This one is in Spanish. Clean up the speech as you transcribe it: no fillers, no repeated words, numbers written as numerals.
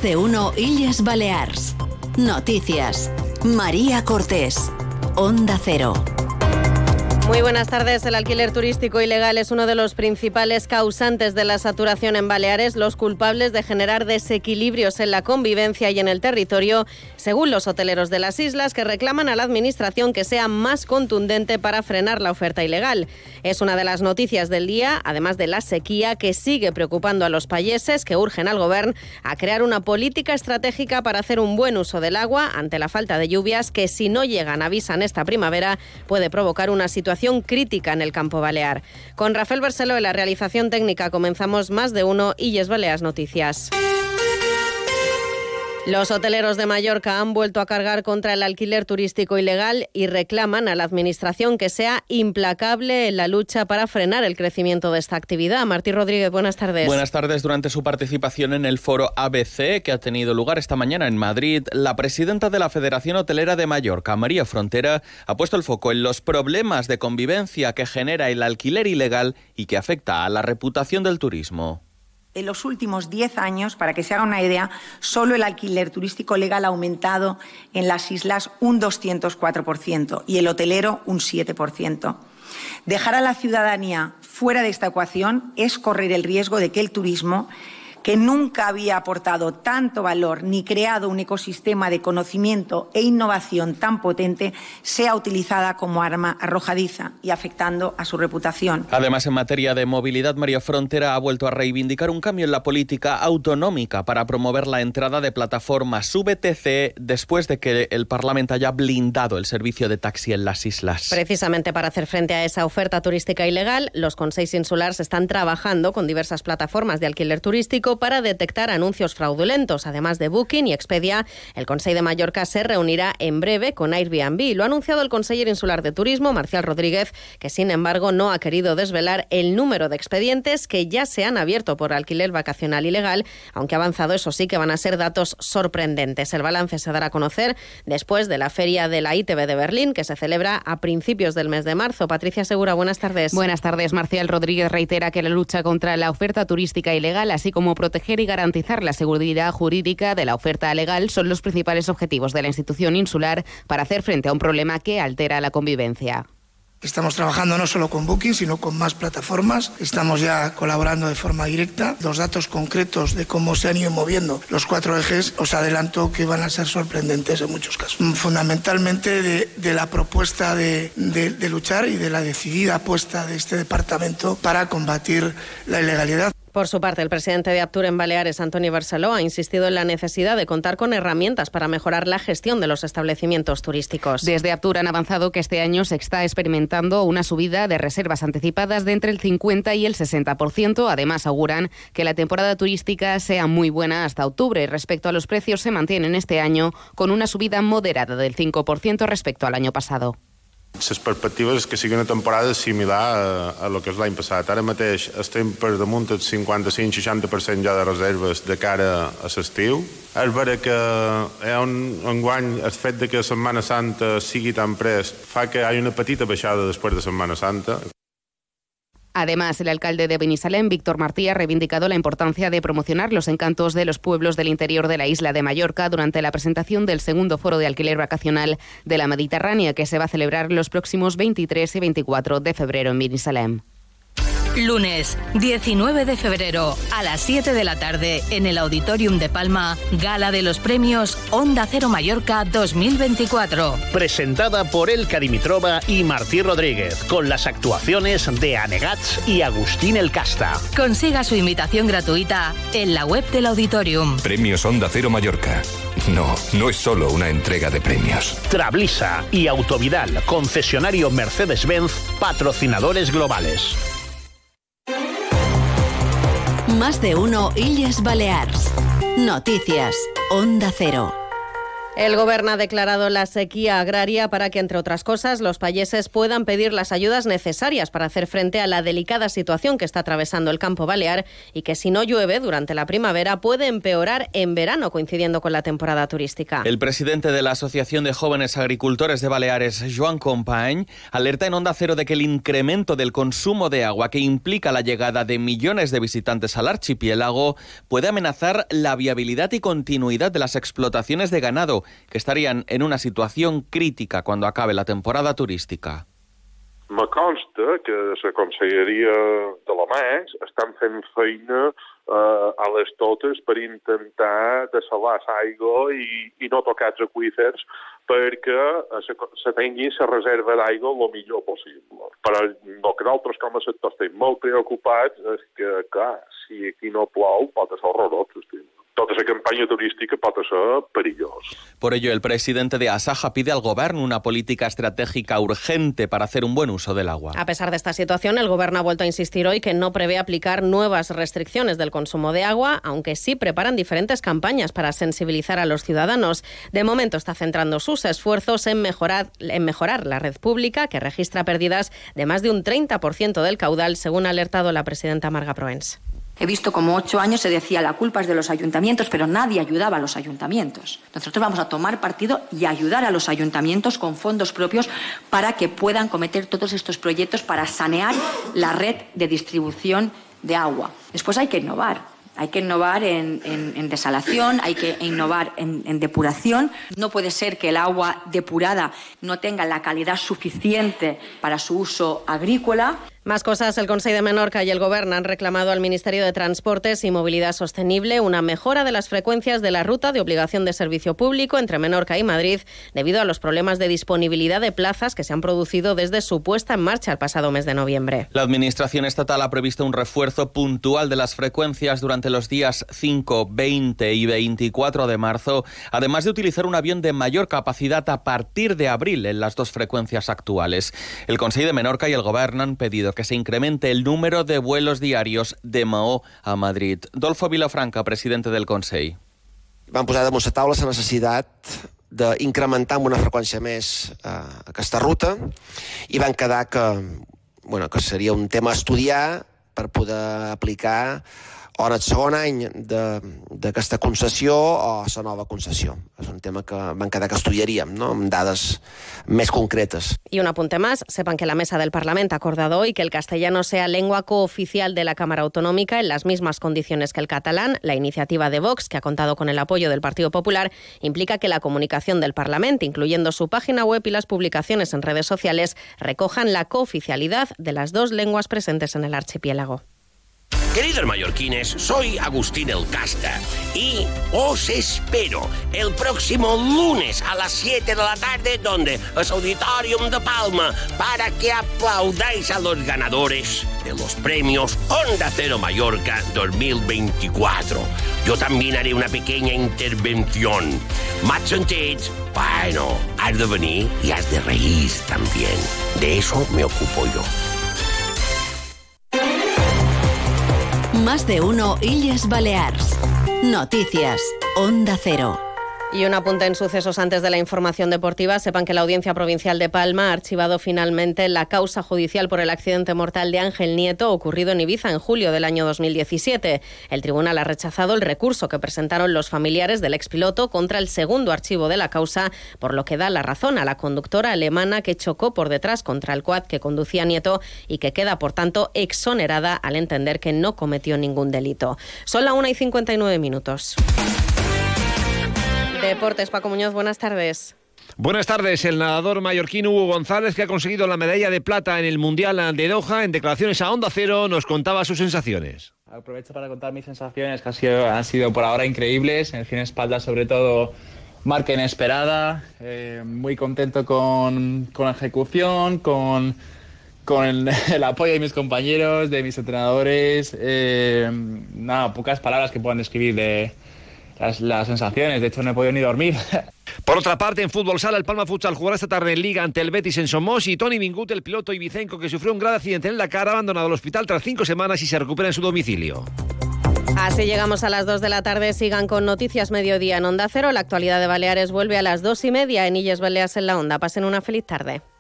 de uno Illes Balears. Noticias. María Cortés. Onda Cero. Muy buenas tardes. El alquiler turístico ilegal es uno de los principales causantes de la saturación en Baleares, los culpables de generar desequilibrios en la convivencia y en el territorio, según los hoteleros de las islas, que reclaman a la Administración que sea más contundente para frenar la oferta ilegal. Es una de las noticias del día, además de la sequía que sigue preocupando a los payeses, que urgen al Gobierno a crear una política estratégica para hacer un buen uso del agua ante la falta de lluvias que, si no llegan, avisan esta primavera, puede provocar una situación crítica en el campo balear. Con Rafael Barceló en la realización técnica comenzamos Más de Uno Illes Balears Noticias. Los hoteleros de Mallorca han vuelto a cargar contra el alquiler turístico ilegal y reclaman a la Administración que sea implacable en la lucha para frenar el crecimiento de esta actividad. Martí Rodríguez, buenas tardes. Buenas tardes. Durante su participación en el foro ABC, que ha tenido lugar esta mañana en Madrid, la presidenta de la Federación Hotelera de Mallorca, María Frontera, ha puesto el foco en los problemas de convivencia que genera el alquiler ilegal y que afecta a la reputación del turismo. En los últimos 10 años, para que se haga una idea, solo el alquiler turístico legal ha aumentado en las islas un 204% y el hotelero un 7%. Dejar a la ciudadanía fuera de esta ecuación es correr el riesgo de que el turismo, que nunca había aportado tanto valor ni creado un ecosistema de conocimiento e innovación tan potente, sea utilizada como arma arrojadiza y afectando a su reputación. Además, en materia de movilidad, María Frontera ha vuelto a reivindicar un cambio en la política autonómica para promover la entrada de plataformas VTC después de que el Parlamento haya blindado el servicio de taxi en las islas. Precisamente para hacer frente a esa oferta turística ilegal, los consells insulars están trabajando con diversas plataformas de alquiler turístico para detectar anuncios fraudulentos. Además de Booking y Expedia, el Consell de Mallorca se reunirá en breve con Airbnb. Lo ha anunciado el conseller insular de Turismo, Marcial Rodríguez, que sin embargo no ha querido desvelar el número de expedientes que ya se han abierto por alquiler vacacional ilegal, aunque ha avanzado, eso sí, que van a ser datos sorprendentes. El balance se dará a conocer después de la feria de la ITV de Berlín, que se celebra a principios del mes de marzo. Patricia Segura, buenas tardes. Buenas tardes. Marcial Rodríguez reitera que la lucha contra la oferta turística ilegal, así como proteger y garantizar la seguridad jurídica de la oferta legal, son los principales objetivos de la institución insular para hacer frente a un problema que altera la convivencia. Estamos trabajando no solo con Booking, sino con más plataformas. Estamos ya colaborando de forma directa. Los datos concretos de cómo se han ido moviendo los 4 ejes, os adelanto que van a ser sorprendentes en muchos casos. Fundamentalmente de la propuesta de luchar y de la decidida apuesta de este departamento para combatir la ilegalidad. Por su parte, el presidente de Aptur en Baleares, Antoni Barceló, ha insistido en la necesidad de contar con herramientas para mejorar la gestión de los establecimientos turísticos. Desde Aptur han avanzado que este año se está experimentando una subida de reservas anticipadas de entre el 50 y el 60%. Además, auguran que la temporada turística sea muy buena hasta octubre. Respecto a los precios, se mantienen este año con una subida moderada del 5% respecto al año pasado. Les perspectives és que sigui una temporada similar a lo que és l'any passat. Ara mateix estem per damunt del 55-60% ja de reserves de cara a l'estiu. És vera que enguany el fet de que Setmana Santa sigui tan prest fa que hi hagi una petita baixada després de Setmana Santa. Además, el alcalde de Binissalem, Víctor Martí, ha reivindicado la importancia de promocionar los encantos de los pueblos del interior de la isla de Mallorca durante la presentación del segundo foro de alquiler vacacional de la Mediterránea, que se va a celebrar los próximos 23 y 24 de febrero en Binissalem. Lunes 19 de febrero a las 7 de la tarde en el Auditorium de Palma, gala de los premios Onda Cero Mallorca 2024. Presentada por Elka Dimitrova y Martí Rodríguez, con las actuaciones de Anegats y Agustín El Casta. Consiga su invitación gratuita en la web del Auditorium. Premios Onda Cero Mallorca. No es solo una entrega de premios. Trablisa y Autovidal, concesionario Mercedes-Benz, patrocinadores globales. Más de Uno Illes Balears. Noticias. Onda Cero. El Gobierno ha declarado la sequía agraria para que, entre otras cosas, los payeses puedan pedir las ayudas necesarias para hacer frente a la delicada situación que está atravesando el campo balear y que, si no llueve durante la primavera, puede empeorar en verano, coincidiendo con la temporada turística. El presidente de la Asociación de Jóvenes Agricultores de Baleares, Joan Company, alerta en Onda Cero de que el incremento del consumo de agua que implica la llegada de millones de visitantes al archipiélago puede amenazar la viabilidad y continuidad de las explotaciones de ganado, que estarían en una situación crítica cuando acabe la temporada turística. Me consta que la Conselleria de la Mar estan fent feina a les totes per intentar dessalar l'aigua i no tocar els aqüífers perquè se tingui la reserva d'aigua el millor possible. Però el que nosaltres com a sector estem molt preocupats és que, clar, si aquí no plou pot ser horrorós. Toda esa campaña turística puede ser perillosa. Por ello, el presidente de Asaja pide al Gobierno una política estratégica urgente para hacer un buen uso del agua. A pesar de esta situación, el Gobierno ha vuelto a insistir hoy que no prevé aplicar nuevas restricciones del consumo de agua, aunque sí preparan diferentes campañas para sensibilizar a los ciudadanos. De momento está centrando sus esfuerzos en mejorar la red pública, que registra pérdidas de más de un 30% del caudal, según ha alertado la presidenta Marga Proens. He visto como 8 años se decía la culpa es de los ayuntamientos, pero nadie ayudaba a los ayuntamientos. Nosotros vamos a tomar partido y ayudar a los ayuntamientos con fondos propios para que puedan cometer todos estos proyectos para sanear la red de distribución de agua. Después hay que innovar. Hay que innovar en desalación, hay que innovar en depuración. No puede ser que el agua depurada no tenga la calidad suficiente para su uso agrícola. Más cosas. El Consell de Menorca y el Gobierno han reclamado al Ministerio de Transportes y Movilidad Sostenible una mejora de las frecuencias de la ruta de obligación de servicio público entre Menorca y Madrid debido a los problemas de disponibilidad de plazas que se han producido desde su puesta en marcha el pasado mes de noviembre. La Administración estatal ha previsto un refuerzo puntual de las frecuencias durante los días 5, 20 y 24 de marzo, además de utilizar un avión de mayor capacidad a partir de abril en las dos frecuencias actuales. El Consell de Menorca y el Gobierno han pedido que se incremente el número de vuelos diarios de Maó a Madrid. Dolfo Vilafranca, presidente del Consell. Vam posar damunt la taula la necessitat d'incrementar amb una freqüència més aquesta ruta i van quedar que seria un tema a estudiar per poder aplicar o en el segon any d'aquesta concessió o la nova concessió. És un tema que van quedar que estudiaríem, ¿no?, amb dades més concretes. Y un apunte más, sepan que la Mesa del Parlamento ha acordado hoy que el castellano sea lengua cooficial de la Cámara Autonómica en las mismas condiciones que el catalán. La iniciativa de Vox, que ha contado con el apoyo del Partido Popular, implica que la comunicación del Parlamento, incluyendo su página web y las publicaciones en redes sociales, recojan la cooficialidad de las dos lenguas presentes en el archipiélago. Queridos mallorquines, soy Agustín El Casta y os espero el próximo lunes a las 7 de la tarde donde es Auditorium de Palma para que aplaudáis a los ganadores de los premios Onda Cero Mallorca 2024. Yo también haré una pequeña intervención. M'has sentit? Bueno, has de venir y has de reír también. De eso me ocupo yo. Más de uno Illes Balears. Noticias. Onda Cero. Y un apunte en sucesos antes de la información deportiva. Sepan que la Audiencia Provincial de Palma ha archivado finalmente la causa judicial por el accidente mortal de Ángel Nieto ocurrido en Ibiza en julio del año 2017. El tribunal ha rechazado el recurso que presentaron los familiares del expiloto contra el segundo archivo de la causa, por lo que da la razón a la conductora alemana que chocó por detrás contra el quad que conducía Nieto y que queda, por tanto, exonerada al entender que no cometió ningún delito. Son las 1:59. Deportes, Paco Muñoz, buenas tardes. Buenas tardes. El nadador mallorquín Hugo González, que ha conseguido la medalla de plata en el Mundial de Doha, en declaraciones a Onda Cero, nos contaba sus sensaciones. Aprovecho para contar mis sensaciones, que han sido por ahora increíbles. En el 100 espaldas, sobre todo, marca inesperada. Muy contento con la ejecución, con el apoyo de mis compañeros, de mis entrenadores. Pocas palabras que puedan describir de las sensaciones. De hecho, no he podido ni dormir. Por otra parte, en fútbol sala, el Palma Futsal jugará esta tarde en Liga ante el Betis en Somos, y Toni Mingut, el piloto ibicenco que sufrió un grave accidente en la cara, ha abandonado el hospital tras 5 semanas y se recupera en su domicilio. Así llegamos a las 2 de la tarde. Sigan con Noticias Mediodía en Onda Cero. La actualidad de Baleares vuelve a las 2:30 en Illes Balears en la Onda. Pasen una feliz tarde.